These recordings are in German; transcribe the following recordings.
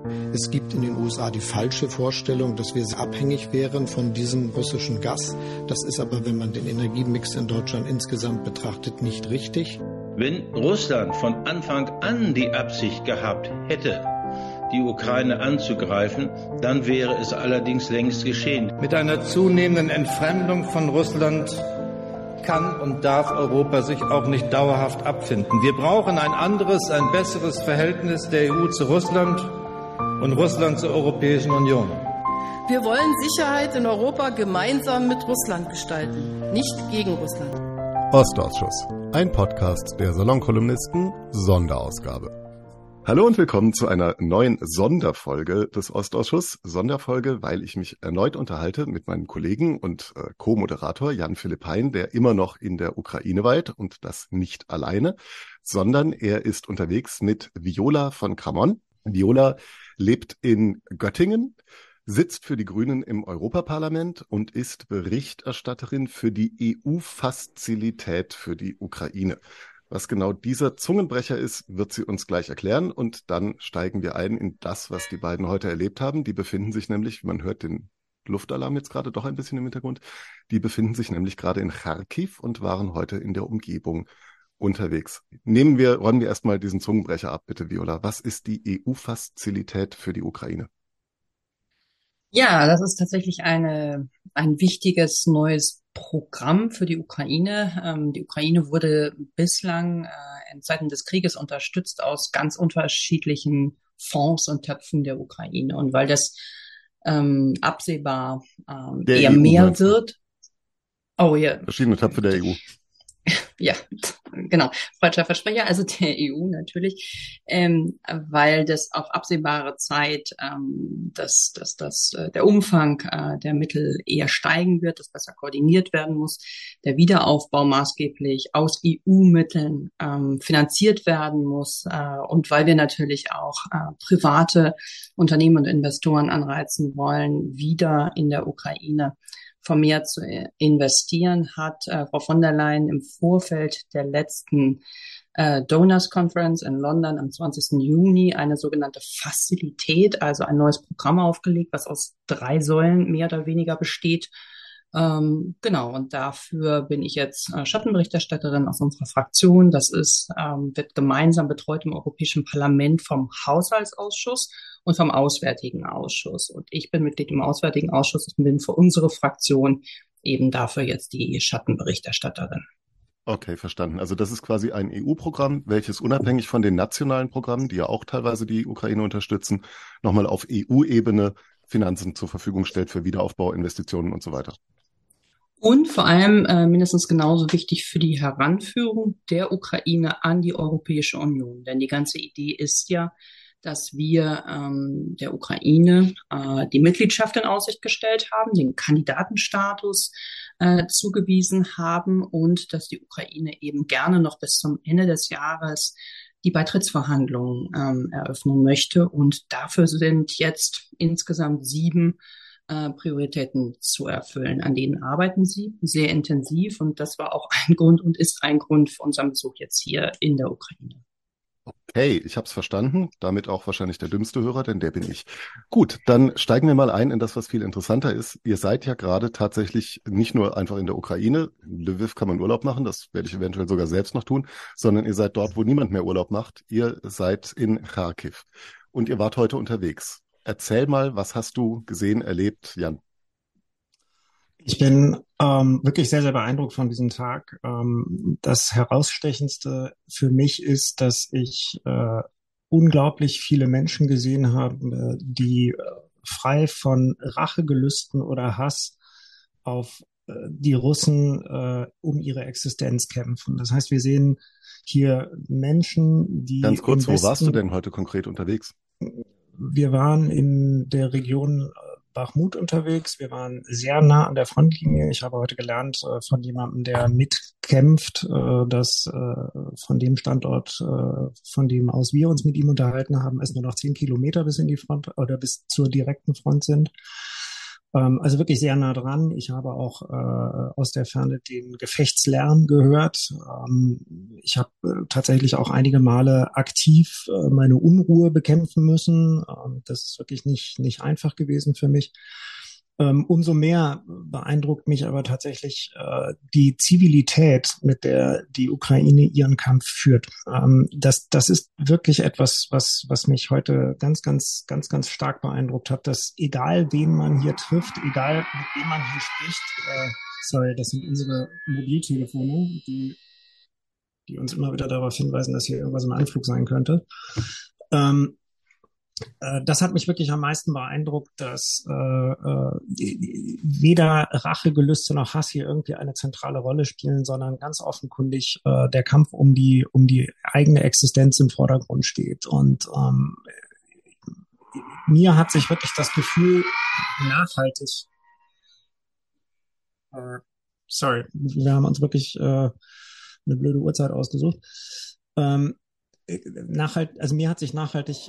Es gibt in den USA die falsche Vorstellung, dass wir abhängig wären von diesem russischen Gas. Das ist aber, wenn man den Energiemix in Deutschland insgesamt betrachtet, nicht richtig. Wenn Russland von Anfang an die Absicht gehabt hätte, die Ukraine anzugreifen, dann wäre es allerdings längst geschehen. Mit einer zunehmenden Entfremdung von Russland kann und darf Europa sich auch nicht dauerhaft abfinden. Wir brauchen ein anderes, ein besseres Verhältnis der EU zu Russland und Russland zur Europäischen Union. Wir wollen Sicherheit in Europa gemeinsam mit Russland gestalten, nicht gegen Russland. Ostausschuss, ein Podcast der Salonkolumnisten, Sonderausgabe. Hallo und willkommen zu einer neuen Sonderfolge des Ostausschuss. Sonderfolge, weil ich mich erneut unterhalte mit meinem Kollegen und Co-Moderator Jan-Philipp Hein, der immer noch in der Ukraine weilt und das nicht alleine, sondern er ist unterwegs mit Viola von Kramon. Viola lebt in Göttingen, sitzt für die Grünen im Europaparlament und ist Berichterstatterin für die EU-Fazilität für die Ukraine. Was genau dieser Zungenbrecher ist, wird sie uns gleich erklären und dann steigen wir ein in das, was die beiden heute erlebt haben. Die befinden sich nämlich, man hört den Luftalarm jetzt gerade doch ein bisschen im Hintergrund, die befinden sich nämlich gerade in Charkiw und waren heute in der Umgebung unterwegs. Räumen wir erstmal diesen Zungenbrecher ab, bitte Viola. Was ist die EU-Fazilität für die Ukraine? Ja, das ist tatsächlich ein wichtiges neues Programm für die Ukraine. Die Ukraine wurde bislang in Zeiten des Krieges unterstützt aus ganz unterschiedlichen Fonds und Töpfen der Ukraine. Und weil das absehbar eher EU mehr wird. Oh ja. Verschiedene Töpfe der EU. Ja, genau, falscher Versprecher, also der EU natürlich, weil das auf absehbare Zeit der Umfang der Mittel eher steigen wird, das besser koordiniert werden muss, der Wiederaufbau maßgeblich aus EU-Mitteln finanziert werden muss und weil wir natürlich auch private Unternehmen und Investoren anreizen wollen, wieder in der Ukraine vermehrt zu investieren, hat Frau von der Leyen im Vorfeld der letzten Donors Conference in London am 20. Juni eine sogenannte Fazilität, also ein neues Programm aufgelegt, was aus 3 Säulen mehr oder weniger besteht. Genau, und dafür bin ich jetzt Schattenberichterstatterin aus unserer Fraktion. Das wird gemeinsam betreut im Europäischen Parlament vom Haushaltsausschuss und vom Auswärtigen Ausschuss. Und ich bin Mitglied im Auswärtigen Ausschuss und bin für unsere Fraktion eben dafür jetzt die Schattenberichterstatterin. Okay, verstanden. Also das ist quasi ein EU-Programm, welches unabhängig von den nationalen Programmen, die ja auch teilweise die Ukraine unterstützen, nochmal auf EU-Ebene Finanzen zur Verfügung stellt für Wiederaufbau, Investitionen und so weiter. Und vor allem mindestens genauso wichtig für die Heranführung der Ukraine an die Europäische Union. Denn die ganze Idee ist ja, dass wir der Ukraine die Mitgliedschaft in Aussicht gestellt haben, den Kandidatenstatus zugewiesen haben und dass die Ukraine eben gerne noch bis zum Ende des Jahres die Beitrittsverhandlungen eröffnen möchte. Und dafür sind jetzt insgesamt 7 Prioritäten zu erfüllen. An denen arbeiten sie sehr intensiv und das war auch ein Grund und ist ein Grund für unseren Besuch jetzt hier in der Ukraine. Okay, ich habe es verstanden. Damit auch wahrscheinlich der dümmste Hörer, denn der bin ich. Gut, dann steigen wir mal ein in das, was viel interessanter ist. Ihr seid ja gerade tatsächlich nicht nur einfach in der Ukraine. In Lviv kann man Urlaub machen, das werde ich eventuell sogar selbst noch tun, sondern ihr seid dort, wo niemand mehr Urlaub macht. Ihr seid in Charkiw und ihr wart heute unterwegs. Erzähl mal, was hast du gesehen, erlebt, Jan? Ich bin wirklich sehr, sehr beeindruckt von diesem Tag. Das Herausstechendste für mich ist, dass ich unglaublich viele Menschen gesehen habe, die frei von Rachegelüsten oder Hass auf die Russen um ihre Existenz kämpfen. Das heißt, wir sehen hier Menschen, die... Ganz kurz, wo warst du denn heute konkret unterwegs? Wir waren in der Region Bachmut unterwegs. Wir waren sehr nah an der Frontlinie. Ich habe heute gelernt von jemandem, der mitkämpft, dass von dem Standort, von dem aus wir uns mit ihm unterhalten haben, es nur noch 10 Kilometer bis in die Front oder bis zur direkten Front sind. Also wirklich sehr nah dran. Ich habe auch aus der Ferne den Gefechtslärm gehört. Ich habe tatsächlich auch einige Male aktiv meine Unruhe bekämpfen müssen. Das ist wirklich nicht einfach gewesen für mich. Umso mehr beeindruckt mich aber tatsächlich die Zivilität, mit der die Ukraine ihren Kampf führt. Das ist wirklich etwas, was mich heute ganz stark beeindruckt hat, dass egal wen man hier trifft, egal mit wem man hier spricht, sorry, das sind unsere Mobiltelefone, die uns immer wieder darauf hinweisen, dass hier irgendwas im Anflug sein könnte. Das hat mich wirklich am meisten beeindruckt, dass weder Rachegelüste noch Hass hier irgendwie eine zentrale Rolle spielen, sondern ganz offenkundig der Kampf um die eigene Existenz im Vordergrund steht. Und mir hat sich wirklich das Gefühl nachhaltig, sorry, wir haben uns wirklich eine blöde Uhrzeit ausgesucht. Bei mir hat sich nachhaltig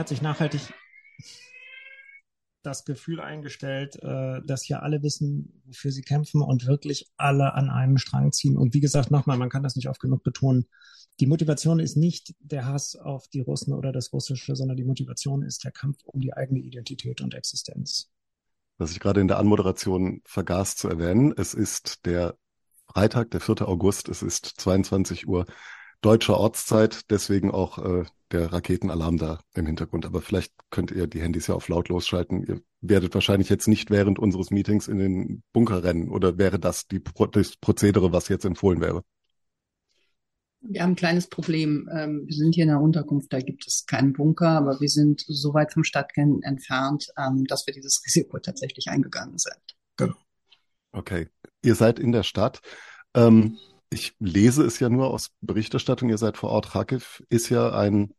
das Gefühl eingestellt, dass hier alle wissen, wofür sie kämpfen und wirklich alle an einem Strang ziehen. Und wie gesagt, nochmal, man kann das nicht oft genug betonen. Die Motivation ist nicht der Hass auf die Russen oder das Russische, sondern die Motivation ist der Kampf um die eigene Identität und Existenz. Was ich gerade in der Anmoderation vergaß zu erwähnen, es ist der Freitag, der 4. August, es ist 22 Uhr deutscher Ortszeit, deswegen auch der Raketenalarm da im Hintergrund. Aber vielleicht könnt ihr die Handys ja auf lautlos schalten. Ihr werdet wahrscheinlich jetzt nicht während unseres Meetings in den Bunker rennen, oder wäre das das Prozedere, was jetzt empfohlen wäre? Wir haben ein kleines Problem. Wir sind hier in der Unterkunft, da gibt es keinen Bunker, aber wir sind so weit vom Stadtkern entfernt, dass wir dieses Risiko tatsächlich eingegangen sind. Genau. Okay. Ihr seid in der Stadt. Ich lese es ja nur aus Berichterstattung, ihr seid vor Ort. Charkiw ist ja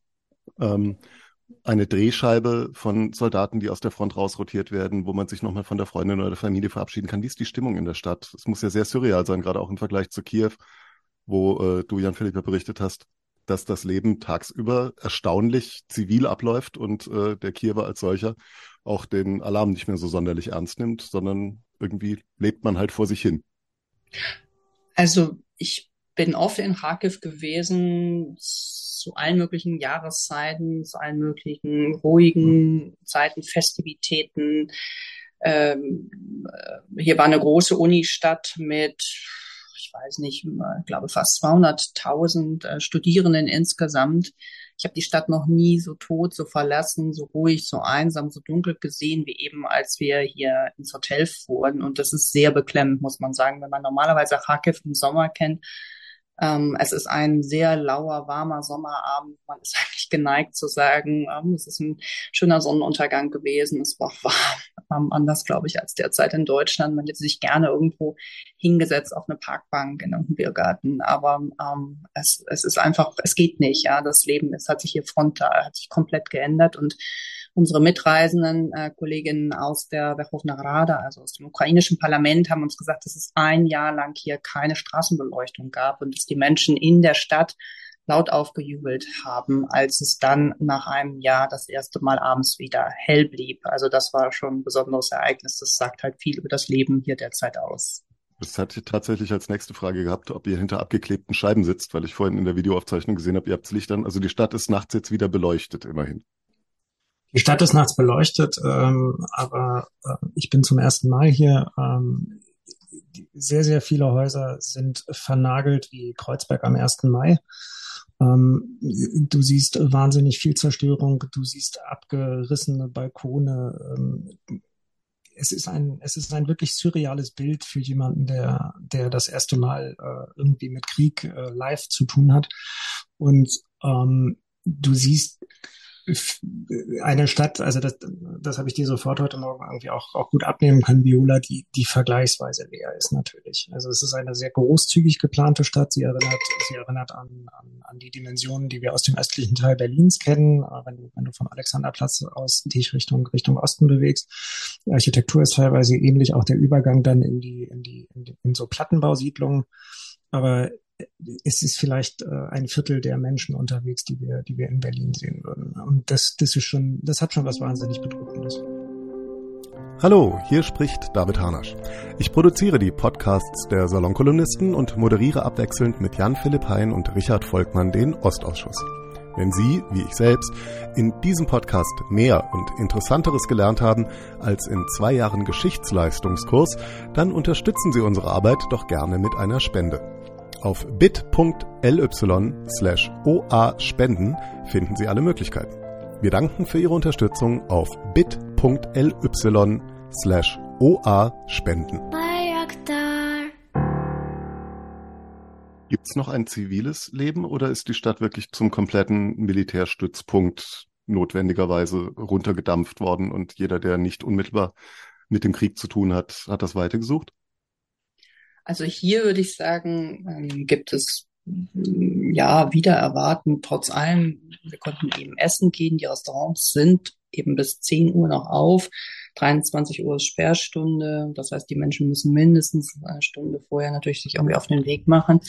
eine Drehscheibe von Soldaten, die aus der Front rausrotiert werden, wo man sich nochmal von der Freundin oder der Familie verabschieden kann. Wie ist die Stimmung in der Stadt? Es muss ja sehr surreal sein, gerade auch im Vergleich zu Kiew, wo du, Jan-Philipp, berichtet hast, dass das Leben tagsüber erstaunlich zivil abläuft und der Kiewer als solcher auch den Alarm nicht mehr so sonderlich ernst nimmt, sondern irgendwie lebt man halt vor sich hin. Also ich bin oft in Charkiw gewesen, zu allen möglichen Jahreszeiten, zu allen möglichen ruhigen Zeiten, Festivitäten. Hier war eine große Unistadt mit, ich weiß nicht, ich glaube fast 200.000 Studierenden insgesamt. Ich habe die Stadt noch nie so tot, so verlassen, so ruhig, so einsam, so dunkel gesehen, wie eben als wir hier ins Hotel fuhren. Und das ist sehr beklemmend, muss man sagen, wenn man normalerweise Charkiw im Sommer kennt. Es ist ein sehr lauer, warmer Sommerabend. Man ist eigentlich geneigt zu sagen, es ist ein schöner Sonnenuntergang gewesen. Es war warm, anders, glaube ich, als derzeit in Deutschland. Man hätte sich gerne irgendwo hingesetzt auf eine Parkbank in irgendeinem Biergarten. Aber es ist einfach, es geht nicht. Ja, das Leben hat sich hier frontal, hat sich komplett geändert. Und unsere mitreisenden Kolleginnen aus der Werchowna Rada, also aus dem ukrainischen Parlament, haben uns gesagt, dass es ein Jahr lang hier keine Straßenbeleuchtung gab und dass die Menschen in der Stadt laut aufgejubelt haben, als es dann nach einem Jahr das erste Mal abends wieder hell blieb. Also das war schon ein besonderes Ereignis. Das sagt halt viel über das Leben hier derzeit aus. Das hatte ich tatsächlich als nächste Frage gehabt, ob ihr hinter abgeklebten Scheiben sitzt, weil ich vorhin in der Videoaufzeichnung gesehen habe, ihr habt das Licht an. Also die Stadt ist nachts jetzt wieder beleuchtet, immerhin. Die Stadt ist nachts beleuchtet, aber ich bin zum ersten Mal hier. Sehr, sehr viele Häuser sind vernagelt wie Kreuzberg am 1. Mai. Du siehst wahnsinnig viel Zerstörung, du siehst abgerissene Balkone. Es ist ein wirklich surreales Bild für jemanden, der das erste Mal irgendwie mit Krieg live zu tun hat. Und du siehst eine Stadt, also das habe ich dir sofort heute Morgen irgendwie auch gut abnehmen können, Viola, die vergleichsweise leer ist natürlich. Also es ist eine sehr großzügig geplante Stadt. Sie erinnert an die Dimensionen, die wir aus dem östlichen Teil Berlins kennen, wenn du vom Alexanderplatz aus dich Richtung Osten bewegst. Die Architektur ist teilweise ähnlich, auch der Übergang dann in so Plattenbausiedlungen. Aber es ist vielleicht ein Viertel der Menschen unterwegs, die wir in Berlin sehen würden. Und das hat schon was wahnsinnig Bedrückendes. Hallo, hier spricht David Harnasch. Ich produziere die Podcasts der Salonkolumnisten und moderiere abwechselnd mit Jan-Philipp Hein und Richard Volkmann den Ostausschuss. Wenn Sie, wie ich selbst, in diesem Podcast mehr und Interessanteres gelernt haben als in 2 Jahren Geschichtsleistungskurs, dann unterstützen Sie unsere Arbeit doch gerne mit einer Spende. Auf bit.ly/oa-spenden finden Sie alle Möglichkeiten. Wir danken für Ihre Unterstützung auf bit.ly/oa-spenden. Gibt's noch ein ziviles Leben oder ist die Stadt wirklich zum kompletten Militärstützpunkt notwendigerweise runtergedampft worden und jeder, der nicht unmittelbar mit dem Krieg zu tun hat, hat das weitergesucht? Also hier würde ich sagen, gibt es ja wieder erwarten, trotz allem, wir konnten eben essen gehen, die Restaurants sind eben bis 10 Uhr noch auf, 23 Uhr ist Sperrstunde, das heißt, die Menschen müssen mindestens eine Stunde vorher natürlich sich irgendwie auf den Weg machen.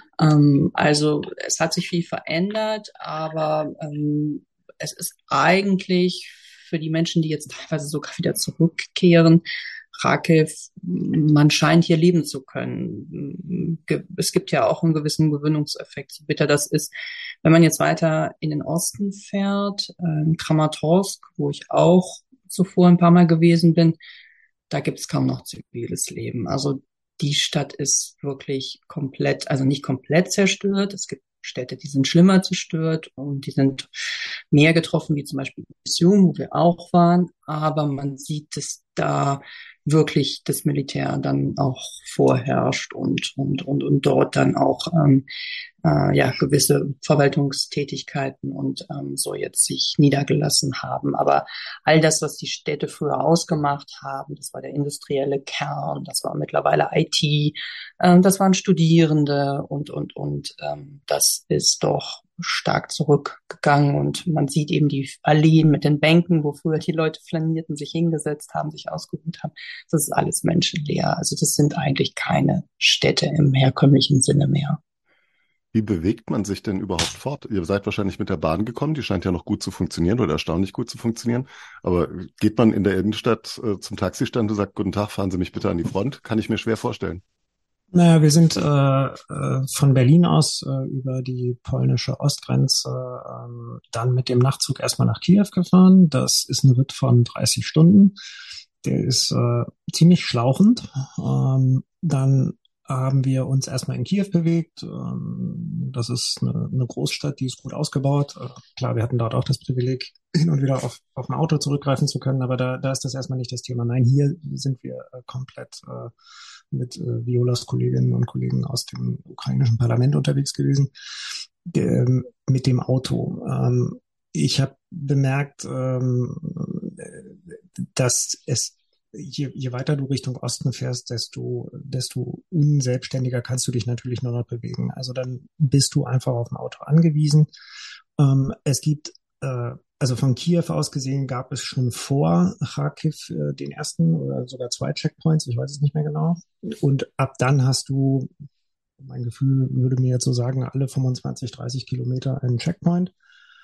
Also es hat sich viel verändert, aber es ist eigentlich für die Menschen, die jetzt teilweise sogar wieder zurückkehren, Kharkiv, man scheint hier leben zu können. Es gibt ja auch einen gewissen Gewöhnungseffekt, so bitter das ist. Wenn man jetzt weiter in den Osten fährt, Kramatorsk, wo ich auch zuvor ein paar Mal gewesen bin, da gibt es kaum noch ziviles Leben. Also die Stadt ist wirklich komplett, also nicht komplett zerstört. Es gibt Städte, die sind schlimmer zerstört und die sind mehr getroffen, wie zum Beispiel Sion, wo wir auch waren. Aber man sieht, dass da wirklich das Militär dann auch vorherrscht und dort dann auch gewisse Verwaltungstätigkeiten und so jetzt sich niedergelassen haben. Aber all das, was die Städte früher ausgemacht haben, das war der industrielle Kern, das war mittlerweile IT, das waren Studierende und das ist doch stark zurückgegangen und man sieht eben die Alleen mit den Bänken, wo früher die Leute flanierten, sich hingesetzt haben, sich ausgeruht haben. Das ist alles menschenleer. Also das sind eigentlich keine Städte im herkömmlichen Sinne mehr. Wie bewegt man sich denn überhaupt fort? Ihr seid wahrscheinlich mit der Bahn gekommen, die scheint ja noch gut zu funktionieren oder erstaunlich gut zu funktionieren. Aber geht man in der Innenstadt zum Taxistand und sagt, guten Tag, fahren Sie mich bitte an die Front? Kann ich mir schwer vorstellen. Naja, wir sind von Berlin aus über die polnische Ostgrenze dann mit dem Nachtzug erstmal nach Kiew gefahren. Das ist ein Ritt von 30 Stunden. Der ist ziemlich schlauchend. Dann haben wir uns erstmal in Kiew bewegt. Das ist eine Großstadt, die ist gut ausgebaut. Klar, wir hatten dort auch das Privileg, hin und wieder auf ein Auto zurückgreifen zu können, aber da ist das erstmal nicht das Thema. Nein, hier sind wir komplett mit Violas Kolleginnen und Kollegen aus dem ukrainischen Parlament unterwegs gewesen, mit dem Auto. Ich habe bemerkt, dass es je weiter du Richtung Osten fährst, desto unselbstständiger kannst du dich natürlich nur noch bewegen. Also dann bist du einfach auf ein Auto angewiesen. Es gibt, also von Kiew aus gesehen, gab es schon vor Kharkiv den ersten oder sogar 2 Checkpoints, ich weiß es nicht mehr genau. Und ab dann hast du, mein Gefühl würde mir jetzt so sagen, alle 25, 30 Kilometer einen Checkpoint.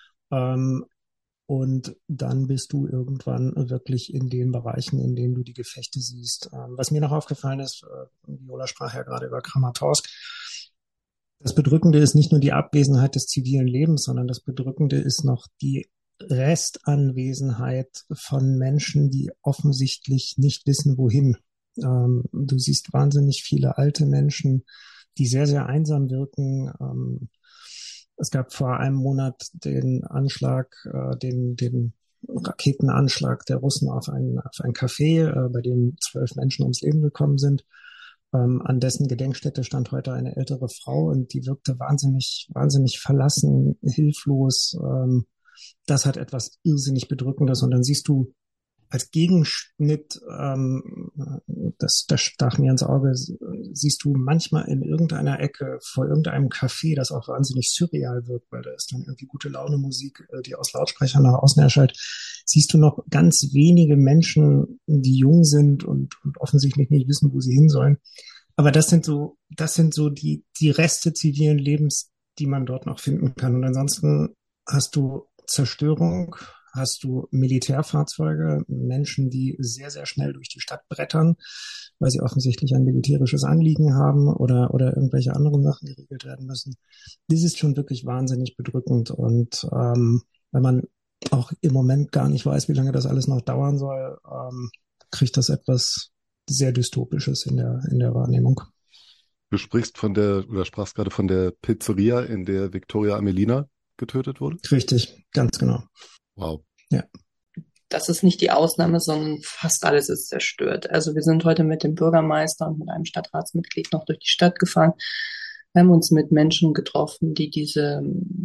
Und dann bist du irgendwann wirklich in den Bereichen, in denen du die Gefechte siehst. Was mir noch aufgefallen ist, Viola sprach ja gerade über Kramatorsk. Das Bedrückende ist nicht nur die Abwesenheit des zivilen Lebens, sondern das Bedrückende ist noch die Restanwesenheit von Menschen, die offensichtlich nicht wissen, wohin. Du siehst wahnsinnig viele alte Menschen, die sehr, sehr einsam wirken. Es gab vor einem Monat den Anschlag, den Raketenanschlag der Russen auf ein Café, bei dem 12 Menschen ums Leben gekommen sind. An dessen Gedenkstätte stand heute eine ältere Frau und die wirkte wahnsinnig, wahnsinnig verlassen, hilflos. Das hat etwas irrsinnig Bedrückendes. Und dann siehst du als Gegenschnitt, das stach mir ins Auge, siehst du manchmal in irgendeiner Ecke vor irgendeinem Café, das auch wahnsinnig surreal wirkt, weil da ist dann irgendwie gute Laune Musik, die aus Lautsprechern nach außen erschallt, siehst du noch ganz wenige Menschen, die jung sind und offensichtlich nicht wissen, wo sie hin sollen. Aber das sind so die Reste zivilen Lebens, die man dort noch finden kann. Und ansonsten hast du Zerstörung, hast du Militärfahrzeuge, Menschen, die sehr, sehr schnell durch die Stadt brettern, weil sie offensichtlich ein militärisches Anliegen haben oder irgendwelche anderen Sachen geregelt werden müssen. Das ist schon wirklich wahnsinnig bedrückend. Und wenn man auch im Moment gar nicht weiß, wie lange das alles noch dauern soll, kriegt das etwas sehr Dystopisches in der Wahrnehmung. Du sprachst gerade von der Pizzeria, in der Victoria Amelina getötet wurde? Richtig, ganz genau. Wow. Ja. Das ist nicht die Ausnahme, sondern fast alles ist zerstört. Also wir sind heute mit dem Bürgermeister und mit einem Stadtratsmitglied noch durch die Stadt gefahren. Wir haben uns mit Menschen getroffen, die diese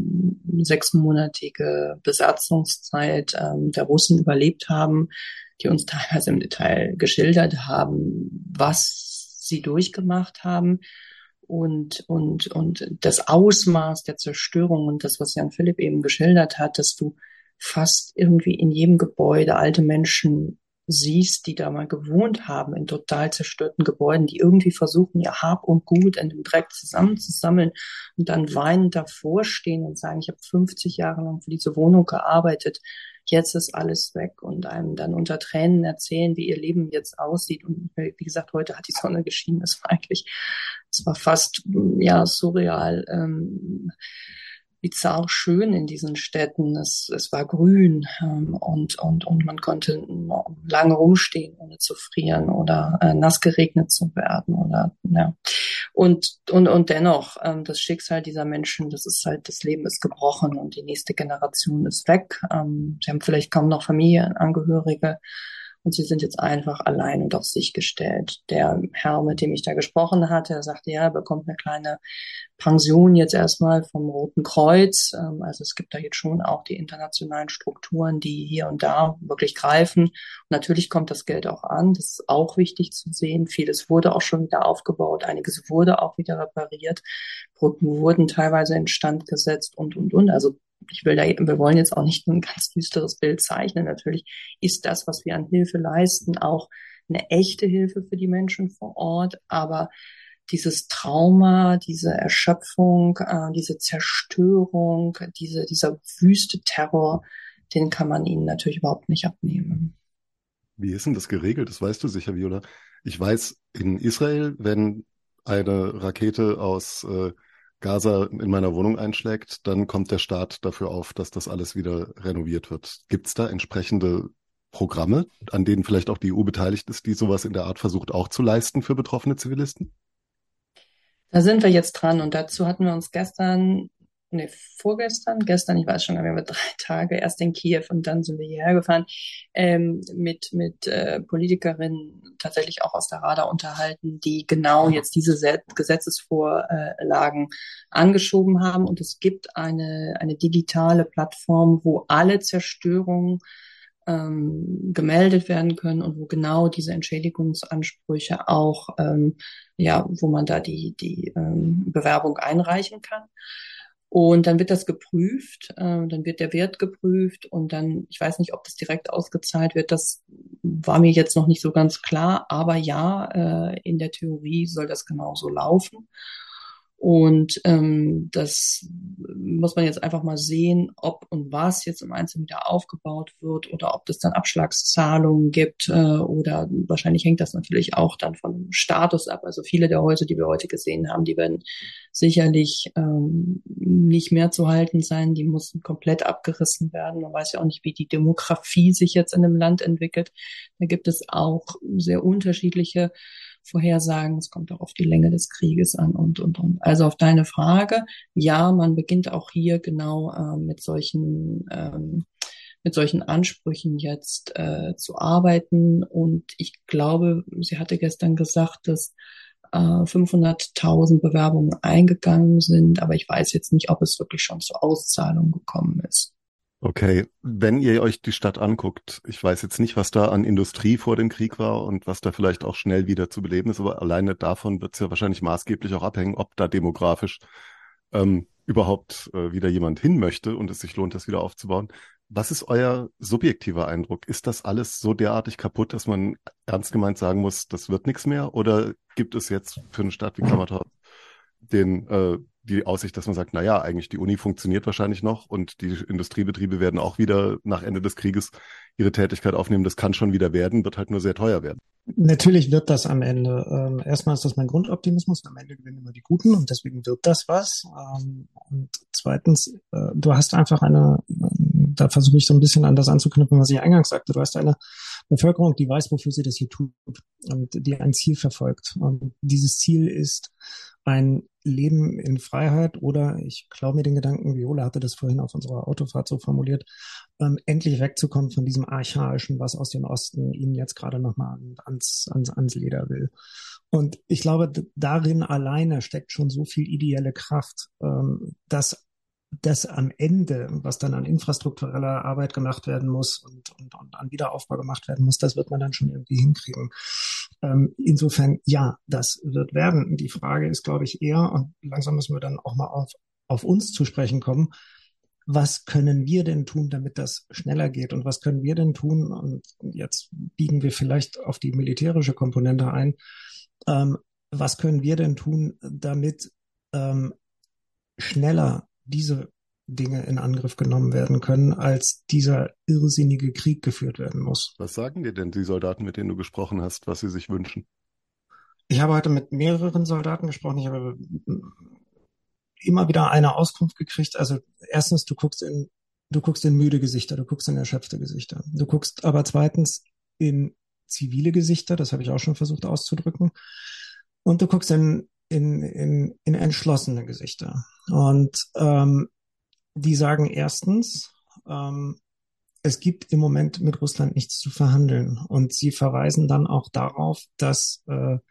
6-monatige Besatzungszeit der Russen überlebt haben, die uns teilweise im Detail geschildert haben, was sie durchgemacht haben und das Ausmaß der Zerstörung und das, was Jan Philipp eben geschildert hat, dass du fast irgendwie in jedem Gebäude alte Menschen siehst, die da mal gewohnt haben in total zerstörten Gebäuden, die irgendwie versuchen, ihr Hab und Gut in dem Dreck zusammenzusammeln und dann weinend davor stehen und sagen, ich habe 50 Jahre lang für diese Wohnung gearbeitet, jetzt ist alles weg und einem dann unter Tränen erzählen, wie ihr Leben jetzt aussieht. Und wie gesagt, heute hat die Sonne geschienen. Es war fast surreal, bizarr schön in diesen Städten. Es war grün und man konnte lange rumstehen, ohne zu frieren oder nass geregnet zu werden oder ja. Und dennoch das Schicksal dieser Menschen, das Leben ist gebrochen und die nächste Generation ist weg. Sie haben vielleicht kaum noch Familienangehörige. Und sie sind jetzt einfach allein und auf sich gestellt. Der Herr, mit dem ich da gesprochen hatte, er sagte, ja, er bekommt eine kleine Pension jetzt erstmal vom Roten Kreuz. Also es gibt da jetzt schon auch die internationalen Strukturen, die hier und da wirklich greifen. Und natürlich kommt das Geld auch an. Das ist auch wichtig zu sehen. Vieles wurde auch schon wieder aufgebaut. Einiges wurde auch wieder repariert. Brücken wurden teilweise instand gesetzt und. Also wir wollen jetzt auch nicht ein ganz düsteres Bild zeichnen. Natürlich ist das, was wir an Hilfe leisten, auch eine echte Hilfe für die Menschen vor Ort. Aber dieses Trauma, diese Erschöpfung, diese Zerstörung, dieser wüste Terror, den kann man ihnen natürlich überhaupt nicht abnehmen. Wie ist denn das geregelt? Das weißt du sicher, Viola. Ich weiß, in Israel, wenn eine Rakete aus Gaza in meiner Wohnung einschlägt, dann kommt der Staat dafür auf, dass das alles wieder renoviert wird. Gibt es da entsprechende Programme, an denen vielleicht auch die EU beteiligt ist, die sowas in der Art versucht auch zu leisten für betroffene Zivilisten? Da sind wir jetzt dran und dazu hatten wir uns gestern, ich weiß schon, wir haben 3 Tage erst in Kiew und dann sind wir hierher gefahren, mit Politikerinnen tatsächlich auch aus der Rada unterhalten, die genau jetzt diese Gesetzesvorlagen angeschoben haben. Und es gibt eine digitale Plattform, wo alle Zerstörungen gemeldet werden können und wo genau diese Entschädigungsansprüche auch, wo man da die Bewerbung einreichen kann. Und dann wird das geprüft, dann wird der Wert geprüft und dann, ich weiß nicht, ob das direkt ausgezahlt wird, das war mir jetzt noch nicht so ganz klar, aber ja, in der Theorie soll das genauso laufen. Und das muss man jetzt einfach mal sehen, ob und was jetzt im Einzelnen wieder aufgebaut wird oder ob es dann Abschlagszahlungen gibt oder wahrscheinlich hängt das natürlich auch dann vom Status ab. Also viele der Häuser, die wir heute gesehen haben, die werden sicherlich nicht mehr zu halten sein. Die mussten komplett abgerissen werden. Man weiß ja auch nicht, wie die Demografie sich jetzt in dem Land entwickelt. Da gibt es auch sehr unterschiedliche Vorhersagen. Es kommt auch auf die Länge des Krieges an und. Also auf deine Frage, ja, man beginnt auch hier genau mit solchen Ansprüchen jetzt zu arbeiten. Und ich glaube, sie hatte gestern gesagt, dass 500.000 Bewerbungen eingegangen sind, aber ich weiß jetzt nicht, ob es wirklich schon zur Auszahlung gekommen ist. Okay, wenn ihr euch die Stadt anguckt, ich weiß jetzt nicht, was da an Industrie vor dem Krieg war und was da vielleicht auch schnell wieder zu beleben ist, aber alleine davon wird es ja wahrscheinlich maßgeblich auch abhängen, ob da demografisch überhaupt wieder jemand hin möchte und es sich lohnt, das wieder aufzubauen. Was ist euer subjektiver Eindruck? Ist das alles so derartig kaputt, dass man ernst gemeint sagen muss, das wird nichts mehr? Oder gibt es jetzt für eine Stadt wie Kramatorsk den die Aussicht, dass man sagt, na ja, eigentlich die Uni funktioniert wahrscheinlich noch und die Industriebetriebe werden auch wieder nach Ende des Krieges ihre Tätigkeit aufnehmen. Das kann schon wieder werden, wird halt nur sehr teuer werden. Natürlich wird das am Ende. Erstmal ist das mein Grundoptimismus. Am Ende gewinnen immer die Guten und deswegen wird das was. Und zweitens, du hast einfach da versuche ich so ein bisschen an das anzuknüpfen, was ich eingangs sagte. Du hast eine Bevölkerung, die weiß, wofür sie das hier tut und die ein Ziel verfolgt. Und dieses Ziel ist ein Leben in Freiheit oder, ich klaue mir den Gedanken, Viola hatte das vorhin auf unserer Autofahrt so formuliert, endlich wegzukommen von diesem Archaischen, was aus dem Osten ihnen jetzt gerade nochmal ans Leder will. Und ich glaube, darin alleine steckt schon so viel ideelle Kraft, dass das am Ende, was dann an infrastruktureller Arbeit gemacht werden muss und an Wiederaufbau gemacht werden muss, das wird man dann schon irgendwie hinkriegen. Insofern, ja, das wird werden. Die Frage ist, glaube ich, eher, und langsam müssen wir dann auch mal auf uns zu sprechen kommen, was können wir denn tun, damit das schneller geht? Und was können wir denn tun? Und jetzt biegen wir vielleicht auf die militärische Komponente ein. Was können wir denn tun, damit schneller diese Dinge in Angriff genommen werden können, als dieser irrsinnige Krieg geführt werden muss? Was sagen dir denn die Soldaten, mit denen du gesprochen hast, was sie sich wünschen? Ich habe heute mit mehreren Soldaten gesprochen. Ich habe immer wieder eine Auskunft gekriegt. Also erstens, du guckst in müde Gesichter, du guckst in erschöpfte Gesichter. Du guckst aber zweitens in zivile Gesichter, das habe ich auch schon versucht auszudrücken. Und du guckst in entschlossene Gesichter. Und die sagen erstens, es gibt im Moment mit Russland nichts zu verhandeln. Und sie verweisen dann auch darauf, dass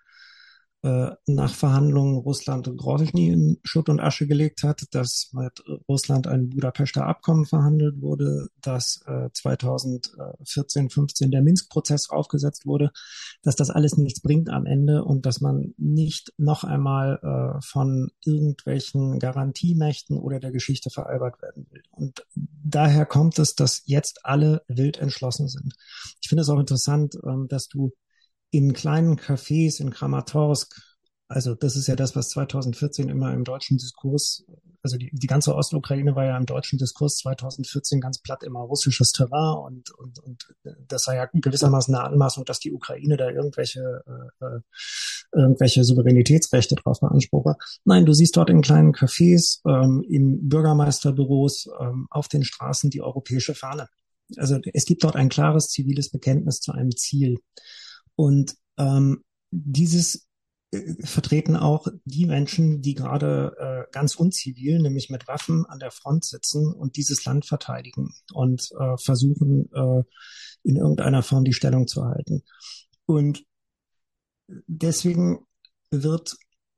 nach Verhandlungen Russland Grozny in Schutt und Asche gelegt hat, dass mit Russland ein Budapester Abkommen verhandelt wurde, dass 2014, 15 der Minsk-Prozess aufgesetzt wurde, dass das alles nichts bringt am Ende und dass man nicht noch einmal von irgendwelchen Garantiemächten oder der Geschichte veralbert werden will. Und daher kommt es, dass jetzt alle wild entschlossen sind. Ich finde es auch interessant, dass du in kleinen Cafés in Kramatorsk, also das ist ja das, was 2014 immer im deutschen Diskurs, also die ganze Ostukraine war ja im deutschen Diskurs 2014 ganz platt immer russisches Terrain und das sei ja gewissermaßen eine Anmaßung, dass die Ukraine da irgendwelche Souveränitätsrechte drauf beanspruche. Nein, du siehst dort in kleinen Cafés, in Bürgermeisterbüros, auf den Straßen die europäische Fahne. Also es gibt dort ein klares ziviles Bekenntnis zu einem Ziel. Und dieses vertreten auch die Menschen, die gerade ganz unzivil, nämlich mit Waffen an der Front sitzen und dieses Land verteidigen und versuchen, in irgendeiner Form die Stellung zu halten. Und deswegen wird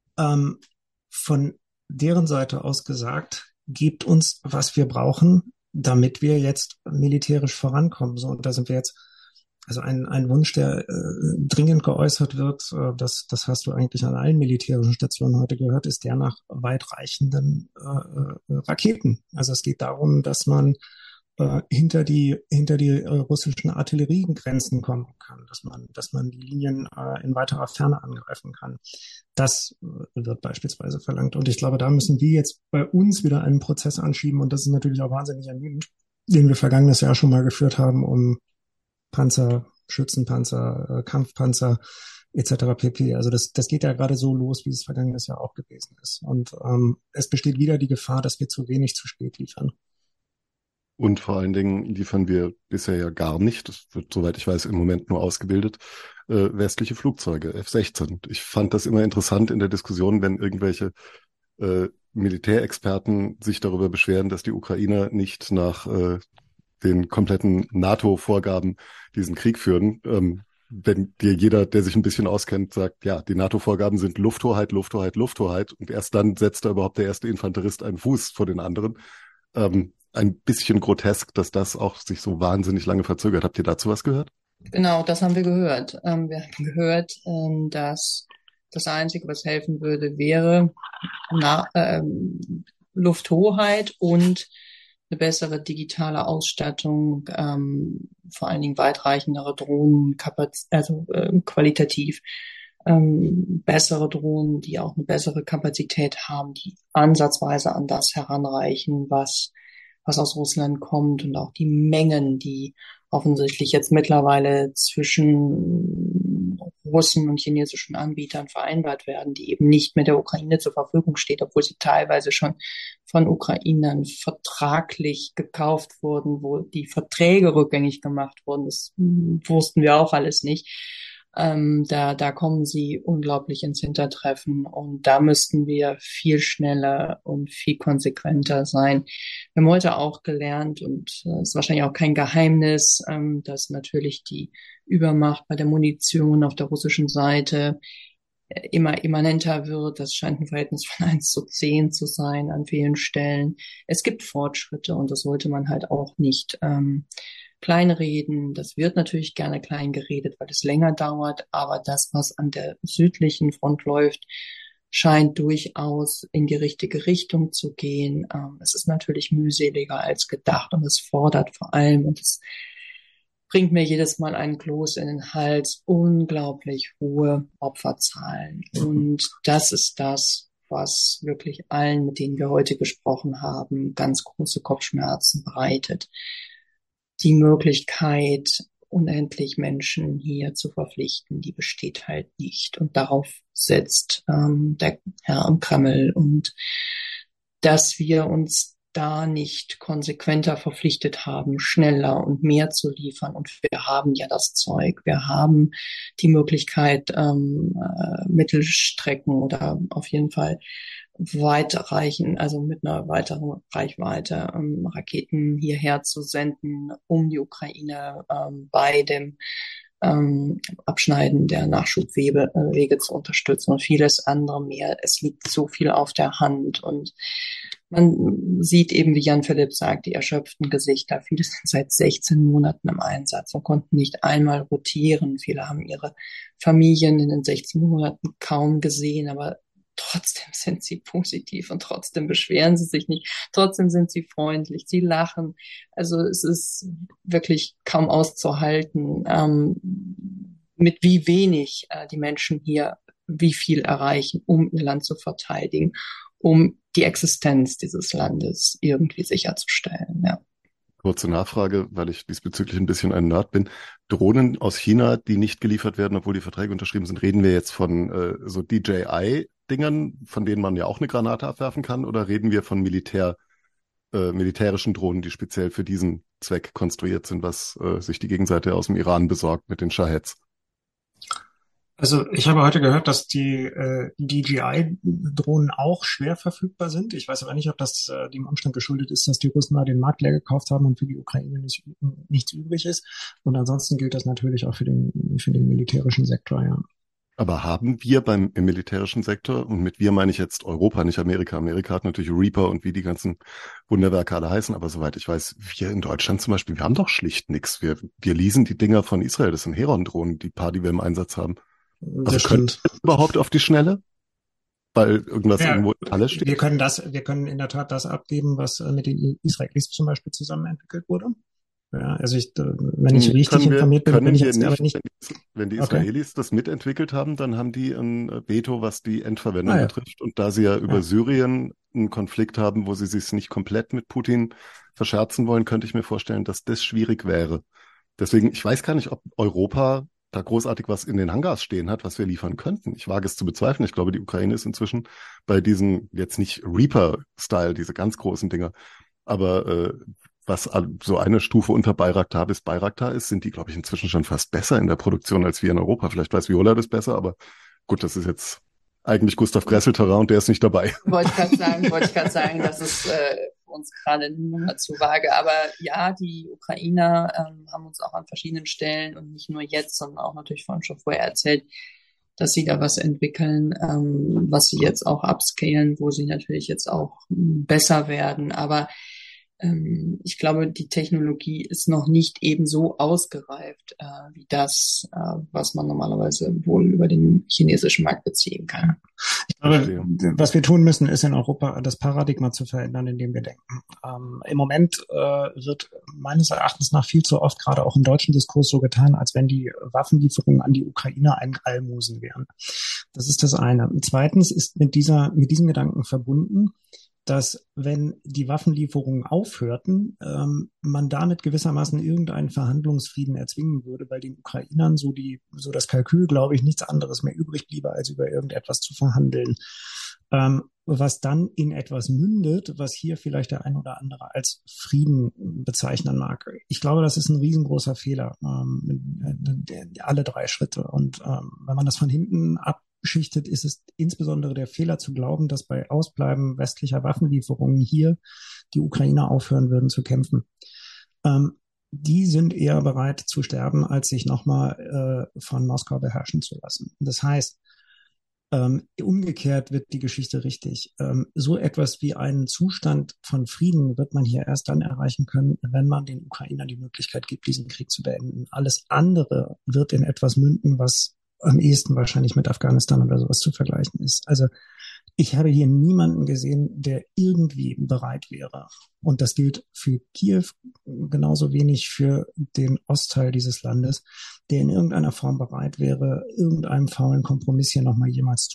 von deren Seite aus gesagt, gebt uns, was wir brauchen, damit wir jetzt militärisch vorankommen. So, und da sind wir jetzt. Also ein Wunsch, der dringend geäußert wird, das hast du eigentlich an allen militärischen Stationen heute gehört, ist der nach weitreichenden Raketen. Also es geht darum, dass man hinter die russischen Artilleriegrenzen kommen kann, dass man die Linien in weiterer Ferne angreifen kann. Das wird beispielsweise verlangt. Und ich glaube, da müssen wir jetzt bei uns wieder einen Prozess anschieben. Und das ist natürlich auch wahnsinnig ermüdend, den wir vergangenes Jahr schon mal geführt haben, um Panzer, Schützenpanzer, Kampfpanzer etc. pp. Also das geht ja gerade so los, wie es vergangenes Jahr auch gewesen ist. Und es besteht wieder die Gefahr, dass wir zu wenig zu spät liefern. Und vor allen Dingen liefern wir bisher ja gar nicht, das wird, soweit ich weiß, im Moment nur ausgebildet, westliche Flugzeuge, F-16. Ich fand das immer interessant in der Diskussion, wenn irgendwelche Militärexperten sich darüber beschweren, dass die Ukrainer nicht nach den kompletten NATO-Vorgaben diesen Krieg führen. Wenn dir jeder, der sich ein bisschen auskennt, sagt, ja, die NATO-Vorgaben sind Lufthoheit, Lufthoheit, Lufthoheit und erst dann setzt da überhaupt der erste Infanterist einen Fuß vor den anderen. Ein bisschen grotesk, dass das auch sich so wahnsinnig lange verzögert. Habt ihr dazu was gehört? Genau, das haben wir gehört. Wir haben gehört, dass das Einzige, was helfen würde, wäre Lufthoheit und eine bessere digitale Ausstattung, vor allen Dingen weitreichendere Drohnen, qualitativ. bessere Drohnen, die auch eine bessere Kapazität haben, die ansatzweise an das heranreichen, was aus Russland kommt, und auch die Mengen, die offensichtlich jetzt mittlerweile zwischen Russen und chinesischen Anbietern vereinbart werden, die eben nicht mehr der Ukraine zur Verfügung steht, obwohl sie teilweise schon von Ukrainern vertraglich gekauft wurden, wo die Verträge rückgängig gemacht wurden. Das wussten wir auch alles nicht. Da kommen sie unglaublich ins Hintertreffen, und da müssten wir viel schneller und viel konsequenter sein. Wir haben heute auch gelernt, und es ist wahrscheinlich auch kein Geheimnis, dass natürlich die Übermacht bei der Munition auf der russischen Seite immer immanenter wird. Das scheint ein Verhältnis von 1:10 zu sein an vielen Stellen. Es gibt Fortschritte, und das sollte man halt auch nicht kleinreden. Das wird natürlich gerne klein geredet, weil es länger dauert, aber das, was an der südlichen Front läuft, scheint durchaus in die richtige Richtung zu gehen. Es ist natürlich mühseliger als gedacht, und es fordert vor allem, und es bringt mir jedes Mal einen Kloß in den Hals, unglaublich hohe Opferzahlen. Und das ist das, was wirklich allen, mit denen wir heute gesprochen haben, ganz große Kopfschmerzen bereitet. Die Möglichkeit, unendlich Menschen hier zu verpflichten, die besteht halt nicht. Und darauf setzt der Herr am Kreml. Und dass wir uns da nicht konsequenter verpflichtet haben, schneller und mehr zu liefern. Und wir haben ja das Zeug. Wir haben die Möglichkeit, Mittelstrecken oder auf jeden Fall weitreichen, also mit einer weiteren Reichweite Raketen hierher zu senden, um die Ukraine bei dem Abschneiden der Nachschubwege zu unterstützen und vieles andere mehr. Es liegt so viel auf der Hand, und man sieht eben, wie Jan Philipp sagt, die erschöpften Gesichter. Viele sind seit 16 Monaten im Einsatz und konnten nicht einmal rotieren. Viele haben ihre Familien in den 16 Monaten kaum gesehen, aber trotzdem sind sie positiv und trotzdem beschweren sie sich nicht. Trotzdem sind sie freundlich, sie lachen. Also es ist wirklich kaum auszuhalten, mit wie wenig die Menschen hier wie viel erreichen, um ihr Land zu verteidigen, um die Existenz dieses Landes irgendwie sicherzustellen. Ja. Kurze Nachfrage, weil ich diesbezüglich ein bisschen ein Nerd bin. Drohnen aus China, die nicht geliefert werden, obwohl die Verträge unterschrieben sind, reden wir jetzt von so DJI-Dingern, von denen man ja auch eine Granate abwerfen kann, oder reden wir von militärischen Drohnen, die speziell für diesen Zweck konstruiert sind, was sich die Gegenseite aus dem Iran besorgt mit den Shaheds? Also ich habe heute gehört, dass die DJI-Drohnen auch schwer verfügbar sind. Ich weiß aber nicht, ob das dem Umstand geschuldet ist, dass die Russen mal den Markt leer gekauft haben und für die Ukraine nichts übrig ist. Und ansonsten gilt das natürlich auch für den militärischen Sektor, ja. Aber haben wir im militärischen Sektor, und mit wir meine ich jetzt Europa, nicht Amerika. Amerika hat natürlich Reaper und wie die ganzen Wunderwerke alle heißen, aber soweit ich weiß, wir in Deutschland zum Beispiel, wir haben doch schlicht nichts. Wir leasen die Dinger von Israel, das sind Heron-Drohnen, die paar, die wir im Einsatz haben. Also können wir überhaupt auf die Schnelle? Weil irgendwas irgendwo in Halle steht? Wir können in der Tat das abgeben, was mit den Israelis zum Beispiel zusammen entwickelt wurde. Ja, also wenn ich richtig informiert bin, bin ich jetzt aber nicht. Wenn die Israelis das mitentwickelt haben, dann haben die ein Veto, was die Endverwendung betrifft. Und da sie ja über Syrien einen Konflikt haben, wo sie sich nicht komplett mit Putin verscherzen wollen, könnte ich mir vorstellen, dass das schwierig wäre. Deswegen, ich weiß gar nicht, ob Europa da großartig was in den Hangars stehen hat, was wir liefern könnten. Ich wage es zu bezweifeln. Ich glaube, die Ukraine ist inzwischen bei diesen, jetzt nicht Reaper-Style, diese ganz großen Dinger, aber was so eine Stufe unter Bayraktar bis Bayraktar ist, sind die, glaube ich, inzwischen schon fast besser in der Produktion als wir in Europa. Vielleicht weiß Viola das besser, aber gut, das ist jetzt eigentlich Gustav Gressel-Terrain und der ist nicht dabei. Wollte ich gerade sagen, das ist uns gerade nur zu vage. Aber ja, die Ukrainer haben uns auch an verschiedenen Stellen und nicht nur jetzt, sondern auch natürlich schon vorher erzählt, dass sie da was entwickeln, was sie jetzt auch upscalen, wo sie natürlich jetzt auch besser werden. Aber Ich glaube, die Technologie ist noch nicht ebenso ausgereift wie das, was man normalerweise wohl über den chinesischen Markt beziehen kann. Ich glaube, was wir tun müssen, ist in Europa das Paradigma zu verändern, in dem wir denken. Im Moment wird meines Erachtens nach viel zu oft, gerade auch im deutschen Diskurs, so getan, als wenn die Waffenlieferungen an die Ukraine ein Almosen wären. Das ist das eine. Zweitens ist mit diesem Gedanken verbunden, dass wenn die Waffenlieferungen aufhörten, man damit gewissermaßen irgendeinen Verhandlungsfrieden erzwingen würde, weil den Ukrainern so das Kalkül, glaube ich, nichts anderes mehr übrig bliebe, als über irgendetwas zu verhandeln. Was dann in etwas mündet, was hier vielleicht der ein oder andere als Frieden bezeichnen mag. Ich glaube, das ist ein riesengroßer Fehler, alle 3 Schritte. Und wenn man das von hinten abschichtet, ist es insbesondere der Fehler zu glauben, dass bei Ausbleiben westlicher Waffenlieferungen hier die Ukrainer aufhören würden zu kämpfen. Die sind eher bereit zu sterben, als sich nochmal von Moskau beherrschen zu lassen. Das heißt, umgekehrt wird die Geschichte richtig. So etwas wie einen Zustand von Frieden wird man hier erst dann erreichen können, wenn man den Ukrainern die Möglichkeit gibt, diesen Krieg zu beenden. Alles andere wird in etwas münden, was am ehesten wahrscheinlich mit Afghanistan oder sowas zu vergleichen ist. Also ich habe hier niemanden gesehen, der irgendwie bereit wäre. Und das gilt für Kiew genauso wenig für den Ostteil dieses Landes, der in irgendeiner Form bereit wäre, irgendeinem faulen Kompromiss hier nochmal jemals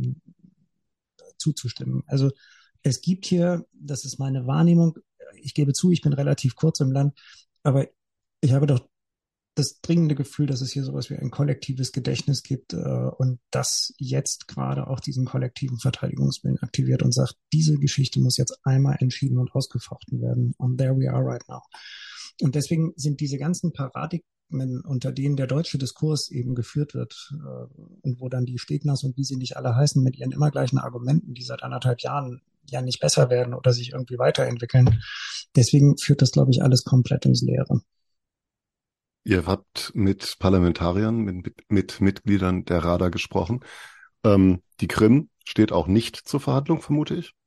zuzustimmen. Also es gibt hier, das ist meine Wahrnehmung, ich gebe zu, ich bin relativ kurz im Land, aber ich habe doch das dringende Gefühl, dass es hier sowas wie ein kollektives Gedächtnis gibt und das jetzt gerade auch diesen kollektiven Verteidigungswillen aktiviert und sagt, diese Geschichte muss jetzt einmal entschieden und ausgefochten werden. And there we are right now. Und deswegen sind diese ganzen Paradigmen, unter denen der deutsche Diskurs eben geführt wird und wo dann die Stegners und wie sie nicht alle heißen, mit ihren immer gleichen Argumenten, die seit 1,5 Jahren ja nicht besser werden oder sich irgendwie weiterentwickeln. Deswegen führt das, glaube ich, alles komplett ins Leere. Ihr habt mit Parlamentariern, mit Mitgliedern der Rada gesprochen. Die Krim steht auch nicht zur Verhandlung, vermute ich?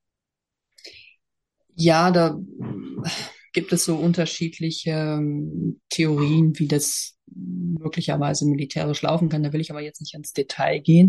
Ja, da gibt es so unterschiedliche Theorien, wie das möglicherweise militärisch laufen kann. Da will ich aber jetzt nicht ins Detail gehen.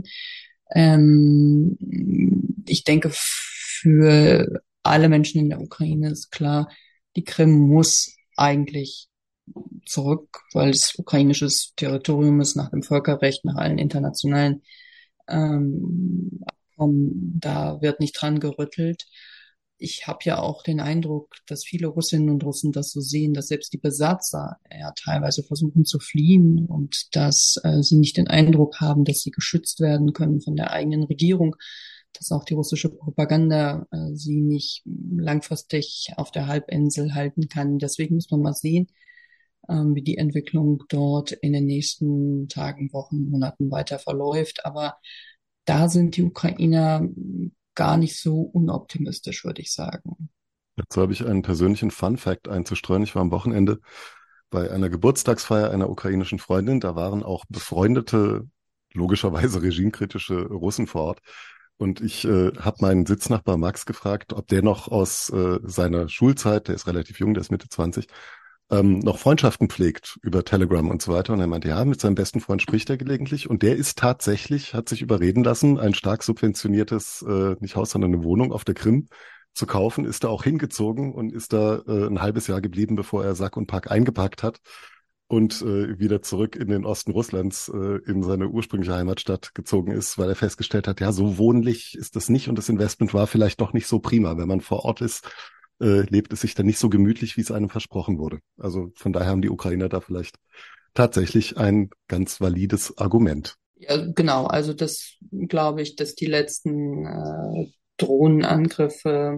Ich denke, für alle Menschen in der Ukraine ist klar, die Krim muss eigentlich zurück, weil es ukrainisches Territorium ist, nach dem Völkerrecht, nach allen internationalen Abkommen. Da wird nicht dran gerüttelt. Ich habe ja auch den Eindruck, dass viele Russinnen und Russen das so sehen, dass selbst die Besatzer ja teilweise versuchen zu fliehen und dass sie nicht den Eindruck haben, dass sie geschützt werden können von der eigenen Regierung, dass auch die russische Propaganda sie nicht langfristig auf der Halbinsel halten kann. Deswegen muss man mal sehen, wie die Entwicklung dort in den nächsten Tagen, Wochen, Monaten weiter verläuft. Aber da sind die Ukrainer gar nicht so unoptimistisch, würde ich sagen. Dazu habe ich einen persönlichen Fun-Fact einzustreuen. Ich war am Wochenende bei einer Geburtstagsfeier einer ukrainischen Freundin. Da waren auch befreundete, logischerweise regimekritische Russen vor Ort. Und ich habe meinen Sitznachbar Max gefragt, ob der noch aus seiner Schulzeit, der ist relativ jung, der ist Mitte 20, noch Freundschaften pflegt über Telegram und so weiter. Und er meinte, ja, mit seinem besten Freund spricht er gelegentlich. Und der ist tatsächlich, hat sich überreden lassen, ein stark subventioniertes, nicht Haus, sondern eine Wohnung auf der Krim zu kaufen, ist da auch hingezogen und ist da ein halbes Jahr geblieben, bevor er Sack und Pack eingepackt hat und wieder zurück in den Osten Russlands, in seine ursprüngliche Heimatstadt gezogen ist, weil er festgestellt hat, ja, so wohnlich ist das nicht und das Investment war vielleicht doch nicht so prima. Wenn man vor Ort ist, lebt es sich dann nicht so gemütlich, wie es einem versprochen wurde. Also von daher haben die Ukrainer da vielleicht tatsächlich ein ganz valides Argument. Ja, genau. Also das glaube ich, dass die letzten Drohnenangriffe,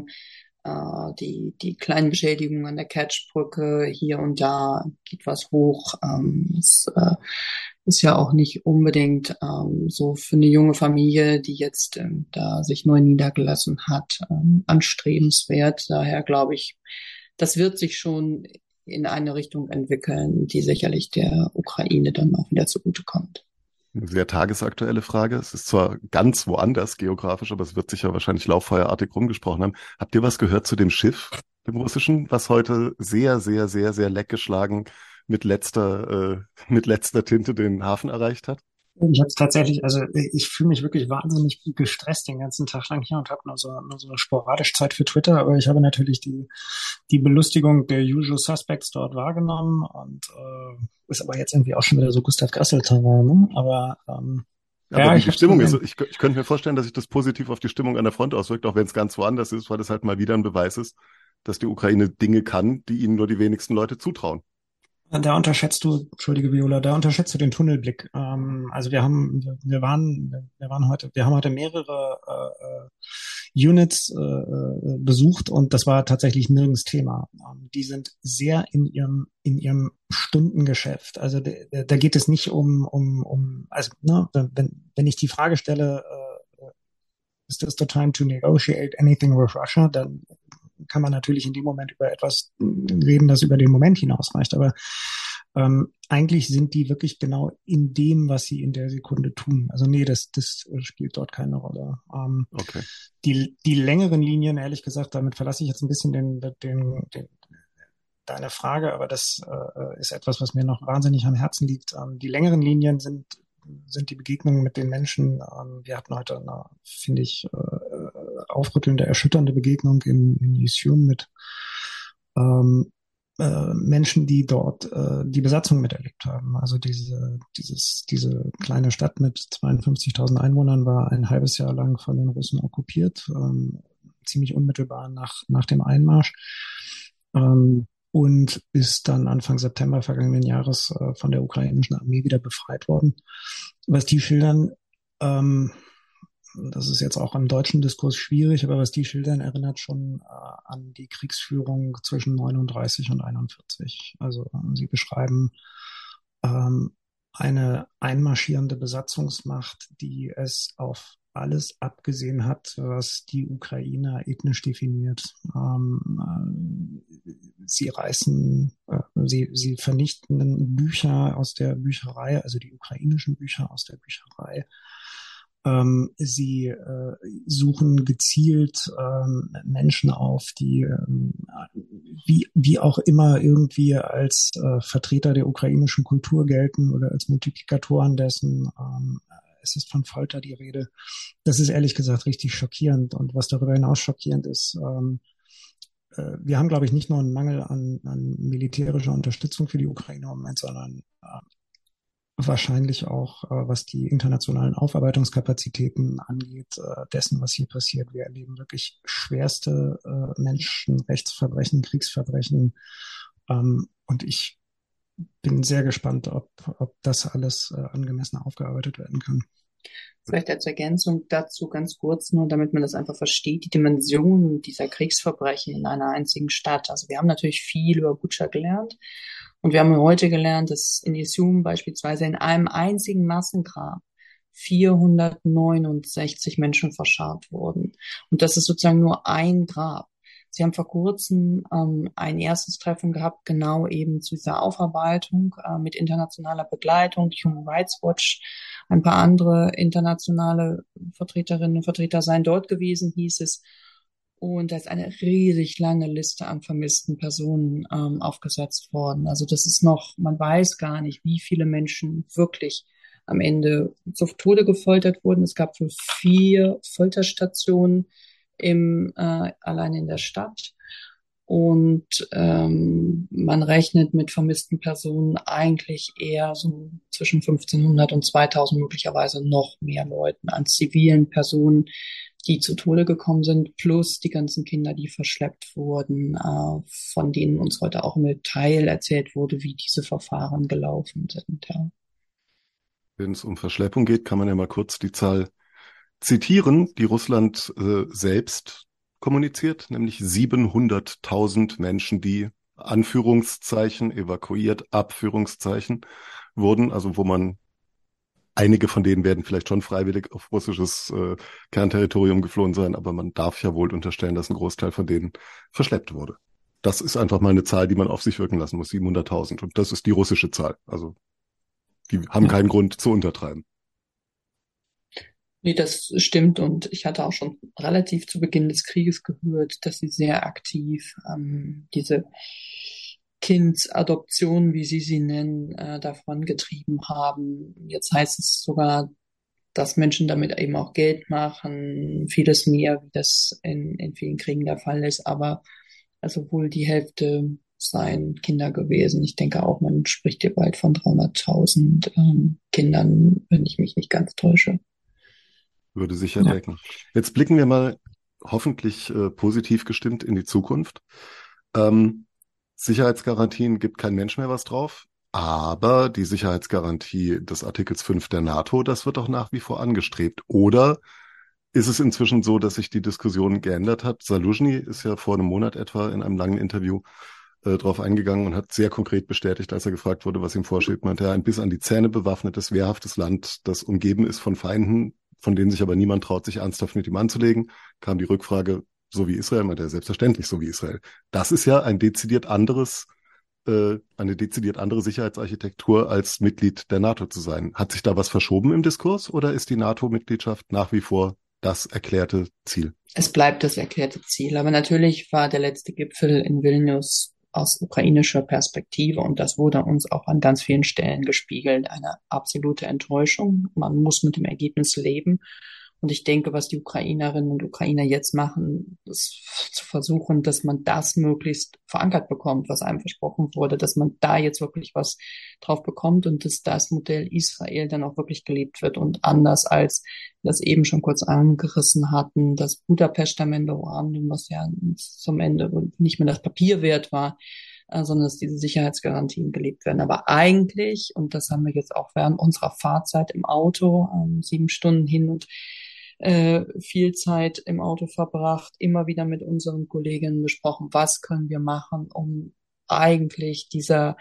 die kleinen Beschädigungen an der Kertschbrücke, hier und da geht was hoch. Es ist ja auch nicht unbedingt so für eine junge Familie, die jetzt da sich neu niedergelassen hat, anstrebenswert. Daher glaube ich, das wird sich schon in eine Richtung entwickeln, die sicherlich der Ukraine dann auch wieder zugutekommt. Eine sehr tagesaktuelle Frage. Es ist zwar ganz woanders geografisch, aber es wird sich ja wahrscheinlich lauffeuerartig rumgesprochen haben. Habt ihr was gehört zu dem Schiff, dem Russischen, was heute sehr, sehr, sehr, sehr leck geschlagen mit letzter Tinte den Hafen erreicht hat? Ich habe es tatsächlich, also ich fühle mich wirklich wahnsinnig gestresst den ganzen Tag lang hier und habe nur so sporadisch Zeit für Twitter, aber ich habe natürlich die Belustigung der Usual Suspects dort wahrgenommen und ist aber jetzt irgendwie auch schon wieder so Gustav Grassel-Terrain, ne? Aber Aber ja, wie ich die habe es Stimmung ist, gesehen. ich könnte mir vorstellen, dass sich das positiv auf die Stimmung an der Front auswirkt, auch wenn es ganz woanders ist, weil das halt mal wieder ein Beweis ist, dass die Ukraine Dinge kann, die ihnen nur die wenigsten Leute zutrauen. Entschuldige Viola, da unterschätzt du den Tunnelblick. Also wir waren heute, wir haben heute mehrere Units besucht und das war tatsächlich nirgends Thema. Die sind sehr in ihrem Stundengeschäft. Also da geht es nicht also ne, wenn ich die Frage stelle, is this the time to negotiate anything with Russia, dann kann man natürlich in dem Moment über etwas reden, das über den Moment hinausreicht. Aber eigentlich sind die wirklich genau in dem, was sie in der Sekunde tun. Also nee, das spielt dort keine Rolle. Okay. Die längeren Linien, ehrlich gesagt, damit verlasse ich jetzt ein bisschen deine Frage, aber das ist etwas, was mir noch wahnsinnig am Herzen liegt. Die längeren Linien sind die Begegnungen mit den Menschen. Wir hatten heute eine, finde ich, aufrüttelnde, erschütternde Begegnung in Isium mit Menschen, die dort die Besatzung miterlebt haben. Also diese kleine Stadt mit 52.000 Einwohnern war ein halbes Jahr lang von den Russen okkupiert, ziemlich unmittelbar nach dem Einmarsch. Und ist dann Anfang September vergangenen Jahres von der ukrainischen Armee wieder befreit worden. Was die schildern, das ist jetzt auch im deutschen Diskurs schwierig, aber was die schildern, erinnert schon an die Kriegsführung zwischen 39 und 41. Also sie beschreiben eine einmarschierende Besatzungsmacht, die es auf alles abgesehen hat, was die Ukrainer ethnisch definiert. Sie sie vernichten Bücher aus der Bücherei, also die ukrainischen Bücher aus der Bücherei. Sie suchen gezielt Menschen auf, die wie auch immer irgendwie als Vertreter der ukrainischen Kultur gelten oder als Multiplikatoren dessen. Es ist von Folter die Rede. Das ist ehrlich gesagt richtig schockierend. Und was darüber hinaus schockierend ist, wir haben, glaube ich, nicht nur einen Mangel an militärischer Unterstützung für die Ukraine im Moment, sondern wahrscheinlich auch, was die internationalen Aufarbeitungskapazitäten angeht, dessen, was hier passiert. Wir erleben wirklich schwerste Menschenrechtsverbrechen, Kriegsverbrechen. Und ich bin sehr gespannt, ob das alles angemessen aufgearbeitet werden kann. Vielleicht als Ergänzung dazu ganz kurz nur, damit man das einfach versteht, die Dimension dieser Kriegsverbrechen in einer einzigen Stadt. Also wir haben natürlich viel über Butscha gelernt und wir haben heute gelernt, dass in Isium beispielsweise in einem einzigen Massengrab 469 Menschen verscharrt wurden. Und das ist sozusagen nur ein Grab. Sie haben vor kurzem ein erstes Treffen gehabt, genau eben zu dieser Aufarbeitung mit internationaler Begleitung, Human Rights Watch, ein paar andere internationale Vertreterinnen und Vertreter seien dort gewesen, hieß es. Und da ist eine riesig lange Liste an vermissten Personen aufgesetzt worden. Also das ist noch, man weiß gar nicht, wie viele Menschen wirklich am Ende zu Tode gefoltert wurden. Es gab wohl 4 Folterstationen allein in der Stadt. Und man rechnet mit vermissten Personen eigentlich eher so zwischen 1500 und 2000, möglicherweise noch mehr Leuten an zivilen Personen, die zu Tode gekommen sind, plus die ganzen Kinder, die verschleppt wurden, von denen uns heute auch im Detail erzählt wurde, wie diese Verfahren gelaufen sind. Ja. Wenn es um Verschleppung geht, kann man ja mal kurz die Zahl zitieren, die Russland selbst kommuniziert, nämlich 700.000 Menschen, die Anführungszeichen evakuiert, Abführungszeichen wurden, also wo man einige von denen werden vielleicht schon freiwillig auf russisches Kernterritorium geflohen sein, aber man darf ja wohl unterstellen, dass ein Großteil von denen verschleppt wurde. Das ist einfach mal eine Zahl, die man auf sich wirken lassen muss, 700.000. Und das ist die russische Zahl. Also die haben keinen Grund zu untertreiben. Nee, das stimmt. Und ich hatte auch schon relativ zu Beginn des Krieges gehört, dass sie sehr aktiv diese Kindsadoption, wie sie nennen, davon getrieben haben. Jetzt heißt es sogar, dass Menschen damit eben auch Geld machen, vieles mehr, wie das in vielen Kriegen der Fall ist. Aber also wohl die Hälfte seien Kinder gewesen. Ich denke auch, man spricht hier bald von 300.000 Kindern, wenn ich mich nicht ganz täusche. Würde sicher decken. Jetzt blicken wir mal hoffentlich positiv gestimmt in die Zukunft. Sicherheitsgarantien gibt kein Mensch mehr was drauf, aber die Sicherheitsgarantie des Artikels 5 der NATO, das wird doch nach wie vor angestrebt. Oder ist es inzwischen so, dass sich die Diskussion geändert hat? Saluzhny ist ja vor einem Monat etwa in einem langen Interview drauf eingegangen und hat sehr konkret bestätigt, als er gefragt wurde, was ihm vorschwebt, meinte er, ein bis an die Zähne bewaffnetes, wehrhaftes Land, das umgeben ist von Feinden, von denen sich aber niemand traut, sich ernsthaft mit ihm anzulegen, kam die Rückfrage, so wie Israel, meinte er, selbstverständlich so wie Israel. Das ist ja eine dezidiert andere Sicherheitsarchitektur als Mitglied der NATO zu sein. Hat sich da was verschoben im Diskurs oder ist die NATO-Mitgliedschaft nach wie vor das erklärte Ziel? Es bleibt das erklärte Ziel. Aber natürlich war der letzte Gipfel in Vilnius aus ukrainischer Perspektive, und das wurde uns auch an ganz vielen Stellen gespiegelt, eine absolute Enttäuschung. Man muss mit dem Ergebnis leben. Und ich denke, was die Ukrainerinnen und Ukrainer jetzt machen, ist zu versuchen, dass man das möglichst verankert bekommt, was einem versprochen wurde, dass man da jetzt wirklich was drauf bekommt und dass das Modell Israel dann auch wirklich gelebt wird und anders als wir das eben schon kurz angerissen hatten, das Budapester Memorandum, was ja zum Ende nicht mehr das Papier wert war, sondern dass diese Sicherheitsgarantien gelebt werden. Aber eigentlich, und das haben wir jetzt auch während unserer Fahrzeit im Auto, 7 Stunden hin und viel Zeit im Auto verbracht, immer wieder mit unseren Kolleginnen besprochen, was können wir machen, um eigentlich dieser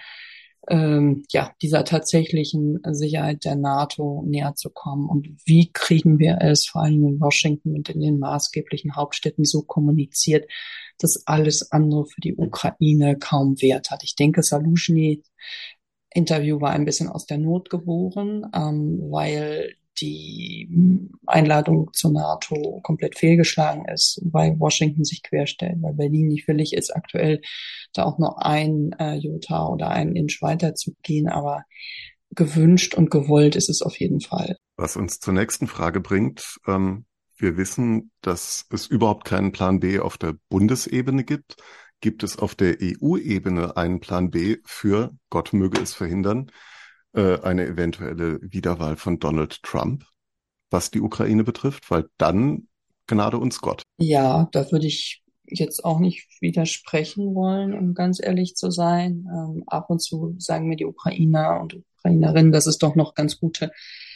tatsächlichen Sicherheit der NATO näher zu kommen und wie kriegen wir es vor allem in Washington und in den maßgeblichen Hauptstädten so kommuniziert, dass alles andere für die Ukraine kaum Wert hat. Ich denke, Saluzhny Interview war ein bisschen aus der Not geboren, weil die Einladung zur NATO komplett fehlgeschlagen ist, weil Washington sich querstellt, weil Berlin nicht willig ist, aktuell da auch noch ein Jota oder ein Inch weiter zu gehen, aber gewünscht und gewollt ist es auf jeden Fall. Was uns zur nächsten Frage bringt, wir wissen, dass es überhaupt keinen Plan B auf der Bundesebene gibt. Gibt es auf der EU-Ebene einen Plan B für, Gott möge es verhindern, eine eventuelle Wiederwahl von Donald Trump, was die Ukraine betrifft? Weil dann Gnade uns Gott. Ja, da würde ich jetzt auch nicht widersprechen wollen, um ganz ehrlich zu sein. Ab und zu sagen mir die Ukrainer und Ukrainerinnen, dass es doch noch ganz gute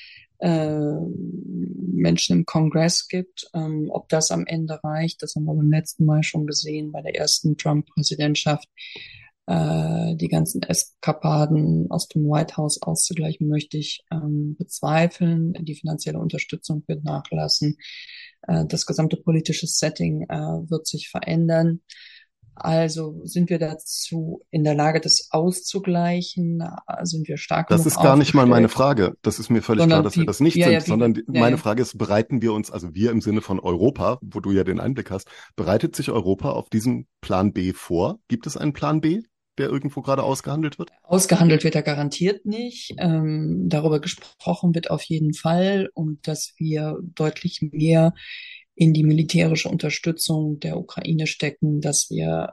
Menschen im Kongress gibt. Ob das am Ende reicht, das haben wir beim letzten Mal schon gesehen, bei der ersten Trump-Präsidentschaft, die ganzen Eskapaden aus dem White House auszugleichen, möchte ich bezweifeln. Die finanzielle Unterstützung wird nachlassen. Das gesamte politische Setting wird sich verändern. Also sind wir dazu in der Lage, das auszugleichen? Sind wir stark genug aufgestellt? Das ist gar nicht mal meine Frage. Das ist mir völlig klar, dass wir das nicht sind, sondern meine Frage ist, bereiten wir uns, also wir im Sinne von Europa, wo du ja den Einblick hast, bereitet sich Europa auf diesen Plan B vor? Gibt es einen Plan B, der irgendwo gerade ausgehandelt wird? Ausgehandelt wird er garantiert nicht. Darüber gesprochen wird auf jeden Fall, und dass wir deutlich mehr in die militärische Unterstützung der Ukraine stecken, dass wir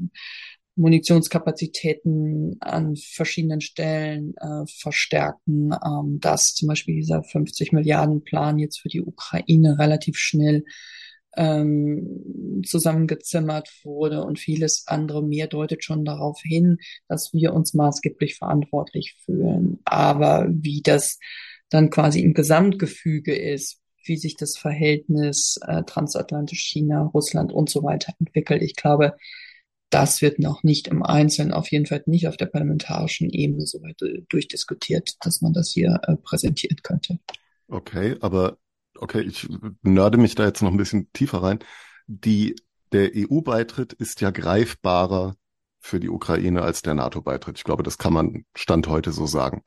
Munitionskapazitäten an verschiedenen Stellen verstärken, dass zum Beispiel dieser 50 Milliarden Plan jetzt für die Ukraine relativ schnell zusammengezimmert wurde und vieles andere mehr deutet schon darauf hin, dass wir uns maßgeblich verantwortlich fühlen. Aber wie das dann quasi im Gesamtgefüge ist, wie sich das Verhältnis transatlantisch China, Russland und so weiter entwickelt, ich glaube, das wird noch nicht im Einzelnen, auf jeden Fall nicht auf der parlamentarischen Ebene so weit durchdiskutiert, dass man das hier präsentieren könnte. Okay, ich nörde mich da jetzt noch ein bisschen tiefer rein. Der EU-Beitritt ist ja greifbarer für die Ukraine als der NATO-Beitritt. Ich glaube, das kann man Stand heute so sagen.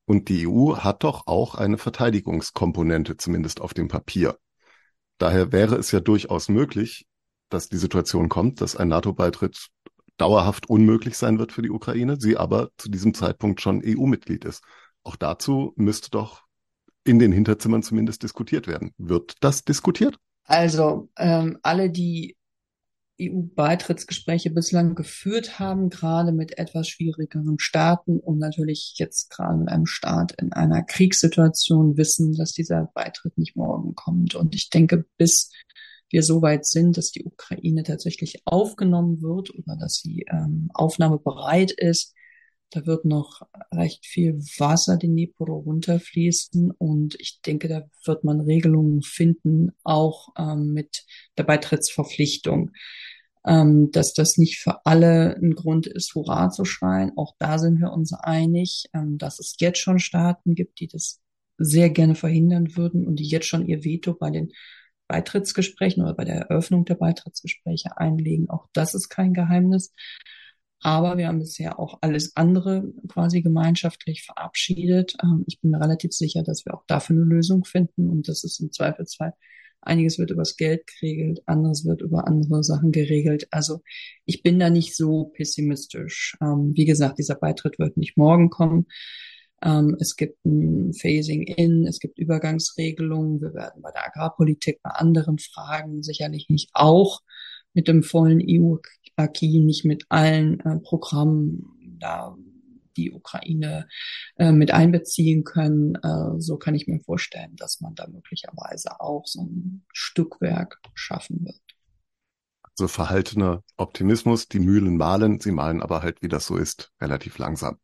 Und die EU hat doch auch eine Verteidigungskomponente, zumindest auf dem Papier. Daher wäre es ja durchaus möglich, dass die Situation kommt, dass ein NATO-Beitritt dauerhaft unmöglich sein wird für die Ukraine, sie aber zu diesem Zeitpunkt schon EU-Mitglied ist. Auch dazu müsste doch in den Hinterzimmern zumindest diskutiert werden. Wird das diskutiert? Also alle, die EU-Beitrittsgespräche bislang geführt haben, gerade mit etwas schwierigeren Staaten und natürlich jetzt gerade mit einem Staat in einer Kriegssituation, wissen, dass dieser Beitritt nicht morgen kommt. Und ich denke, bis wir so weit sind, dass die Ukraine tatsächlich aufgenommen wird oder dass sie aufnahmebereit ist, da wird noch recht viel Wasser den Dnipro runterfließen und ich denke, da wird man Regelungen finden, auch mit der Beitrittsverpflichtung. Dass das nicht für alle ein Grund ist, Hurra zu schreien. Auch da sind wir uns einig, dass es jetzt schon Staaten gibt, die das sehr gerne verhindern würden und die jetzt schon ihr Veto bei den Beitrittsgesprächen oder bei der Eröffnung der Beitrittsgespräche einlegen. Auch das ist kein Geheimnis. Aber wir haben bisher auch alles andere quasi gemeinschaftlich verabschiedet. Ich bin mir relativ sicher, dass wir auch dafür eine Lösung finden und dass es im Zweifelsfall einiges wird übers Geld geregelt, anderes wird über andere Sachen geregelt. Also ich bin da nicht so pessimistisch. Wie gesagt, dieser Beitritt wird nicht morgen kommen. Es gibt ein Phasing in, es gibt Übergangsregelungen. Wir werden bei der Agrarpolitik, bei anderen Fragen sicherlich nicht auch mit dem vollen EU-Acquis, nicht mit allen Programmen da die Ukraine mit einbeziehen können. So kann ich mir vorstellen, dass man da möglicherweise auch so ein Stückwerk schaffen wird. Also verhaltener Optimismus, die Mühlen mahlen, sie mahlen aber halt, wie das so ist, relativ langsam.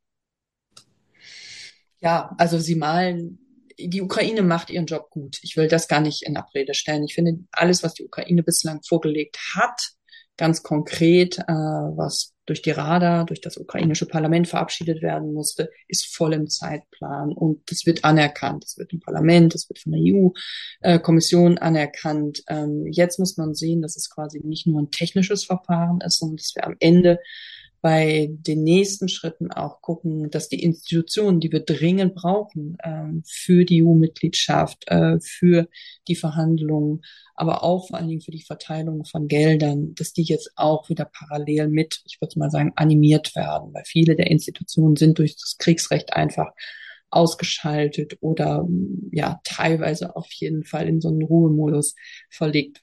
Ja, also die Ukraine macht ihren Job gut. Ich will das gar nicht in Abrede stellen. Ich finde, alles, was die Ukraine bislang vorgelegt hat, ganz konkret, was durch die Rada, durch das ukrainische Parlament verabschiedet werden musste, ist voll im Zeitplan und das wird anerkannt. Das wird im Parlament, das wird von der EU-Kommission anerkannt. Jetzt muss man sehen, dass es quasi nicht nur ein technisches Verfahren ist, sondern dass wir am Ende bei den nächsten Schritten auch gucken, dass die Institutionen, die wir dringend brauchen, für die EU-Mitgliedschaft, für die Verhandlungen, aber auch vor allen Dingen für die Verteilung von Geldern, dass die jetzt auch wieder parallel mit, ich würde mal sagen, animiert werden, weil viele der Institutionen sind durch das Kriegsrecht einfach ausgeschaltet oder ja teilweise auf jeden Fall in so einen Ruhemodus verlegt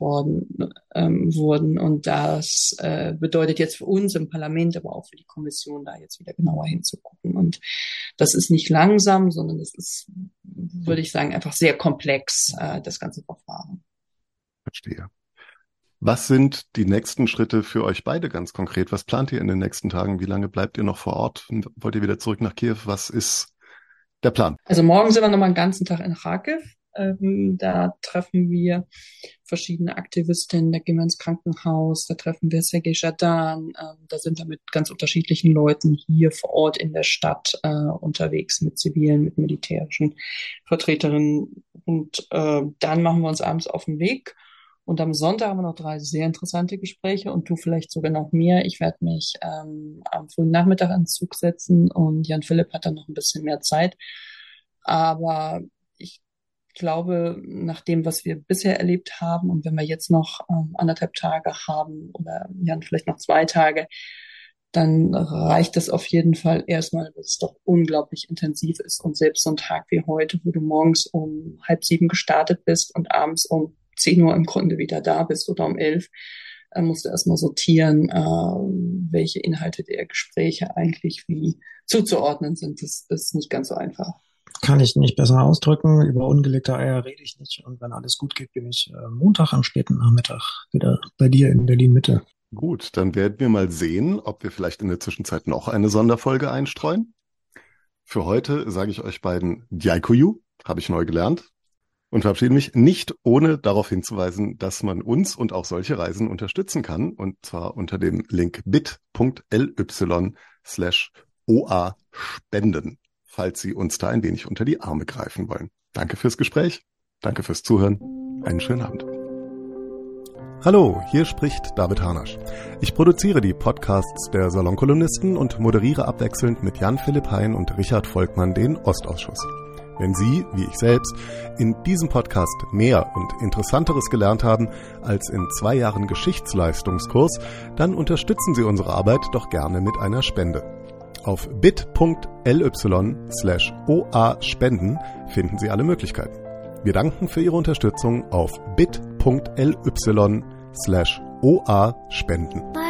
wurden. Und das bedeutet jetzt für uns im Parlament, aber auch für die Kommission, da jetzt wieder genauer hinzugucken. Und das ist nicht langsam, sondern es ist, würde ich sagen, einfach sehr komplex, das ganze Verfahren. Verstehe. Was sind die nächsten Schritte für euch beide ganz konkret? Was plant ihr in den nächsten Tagen? Wie lange bleibt ihr noch vor Ort? Wollt ihr wieder zurück nach Kiew? Was ist der Plan? Also morgen sind wir nochmal einen ganzen Tag in Kharkiv. Da treffen wir verschiedene Aktivistinnen, da gehen wir ins Krankenhaus, da treffen wir Sergei Zhadan, da sind wir mit ganz unterschiedlichen Leuten hier vor Ort in der Stadt unterwegs, mit zivilen, mit militärischen Vertreterinnen. Und dann machen wir uns abends auf den Weg. Und am Sonntag haben wir noch 3 sehr interessante Gespräche und du vielleicht sogar noch mehr. Ich werde mich am frühen Nachmittag ins Zug setzen und Jan Philipp hat dann noch ein bisschen mehr Zeit. Aber ich glaube, nach dem, was wir bisher erlebt haben und wenn wir jetzt noch 1,5 Tage haben oder Jan vielleicht noch 2 Tage, dann reicht es auf jeden Fall erstmal, weil es doch unglaublich intensiv ist. Und selbst so ein Tag wie heute, wo du morgens um 6:30 gestartet bist und abends um 10 Uhr im Grunde wieder da bist oder um 11, musst du erstmal sortieren, welche Inhalte der Gespräche eigentlich wie zuzuordnen sind. Das ist nicht ganz so einfach. Kann ich nicht besser ausdrücken. Über ungelegte Eier rede ich nicht. Und wenn alles gut geht, bin ich Montag am späten Nachmittag wieder bei dir in Berlin-Mitte. Gut, dann werden wir mal sehen, ob wir vielleicht in der Zwischenzeit noch eine Sonderfolge einstreuen. Für heute sage ich euch beiden Djaikuju, habe ich neu gelernt. Und verabschiede mich nicht, ohne darauf hinzuweisen, dass man uns und auch solche Reisen unterstützen kann. Und zwar unter dem Link bit.ly/OA spenden, falls Sie uns da ein wenig unter die Arme greifen wollen. Danke fürs Gespräch. Danke fürs Zuhören. Einen schönen Abend. Hallo, hier spricht David Harnasch. Ich produziere die Podcasts der Salonkolumnisten und moderiere abwechselnd mit Jan-Philipp Hein und Richard Volkmann den Ostausschuss. Wenn Sie, wie ich selbst, in diesem Podcast mehr und Interessanteres gelernt haben als in 2 Jahren Geschichtsleistungskurs, dann unterstützen Sie unsere Arbeit doch gerne mit einer Spende. Auf bit.ly/oa-spenden finden Sie alle Möglichkeiten. Wir danken für Ihre Unterstützung auf bit.ly/oa-spenden.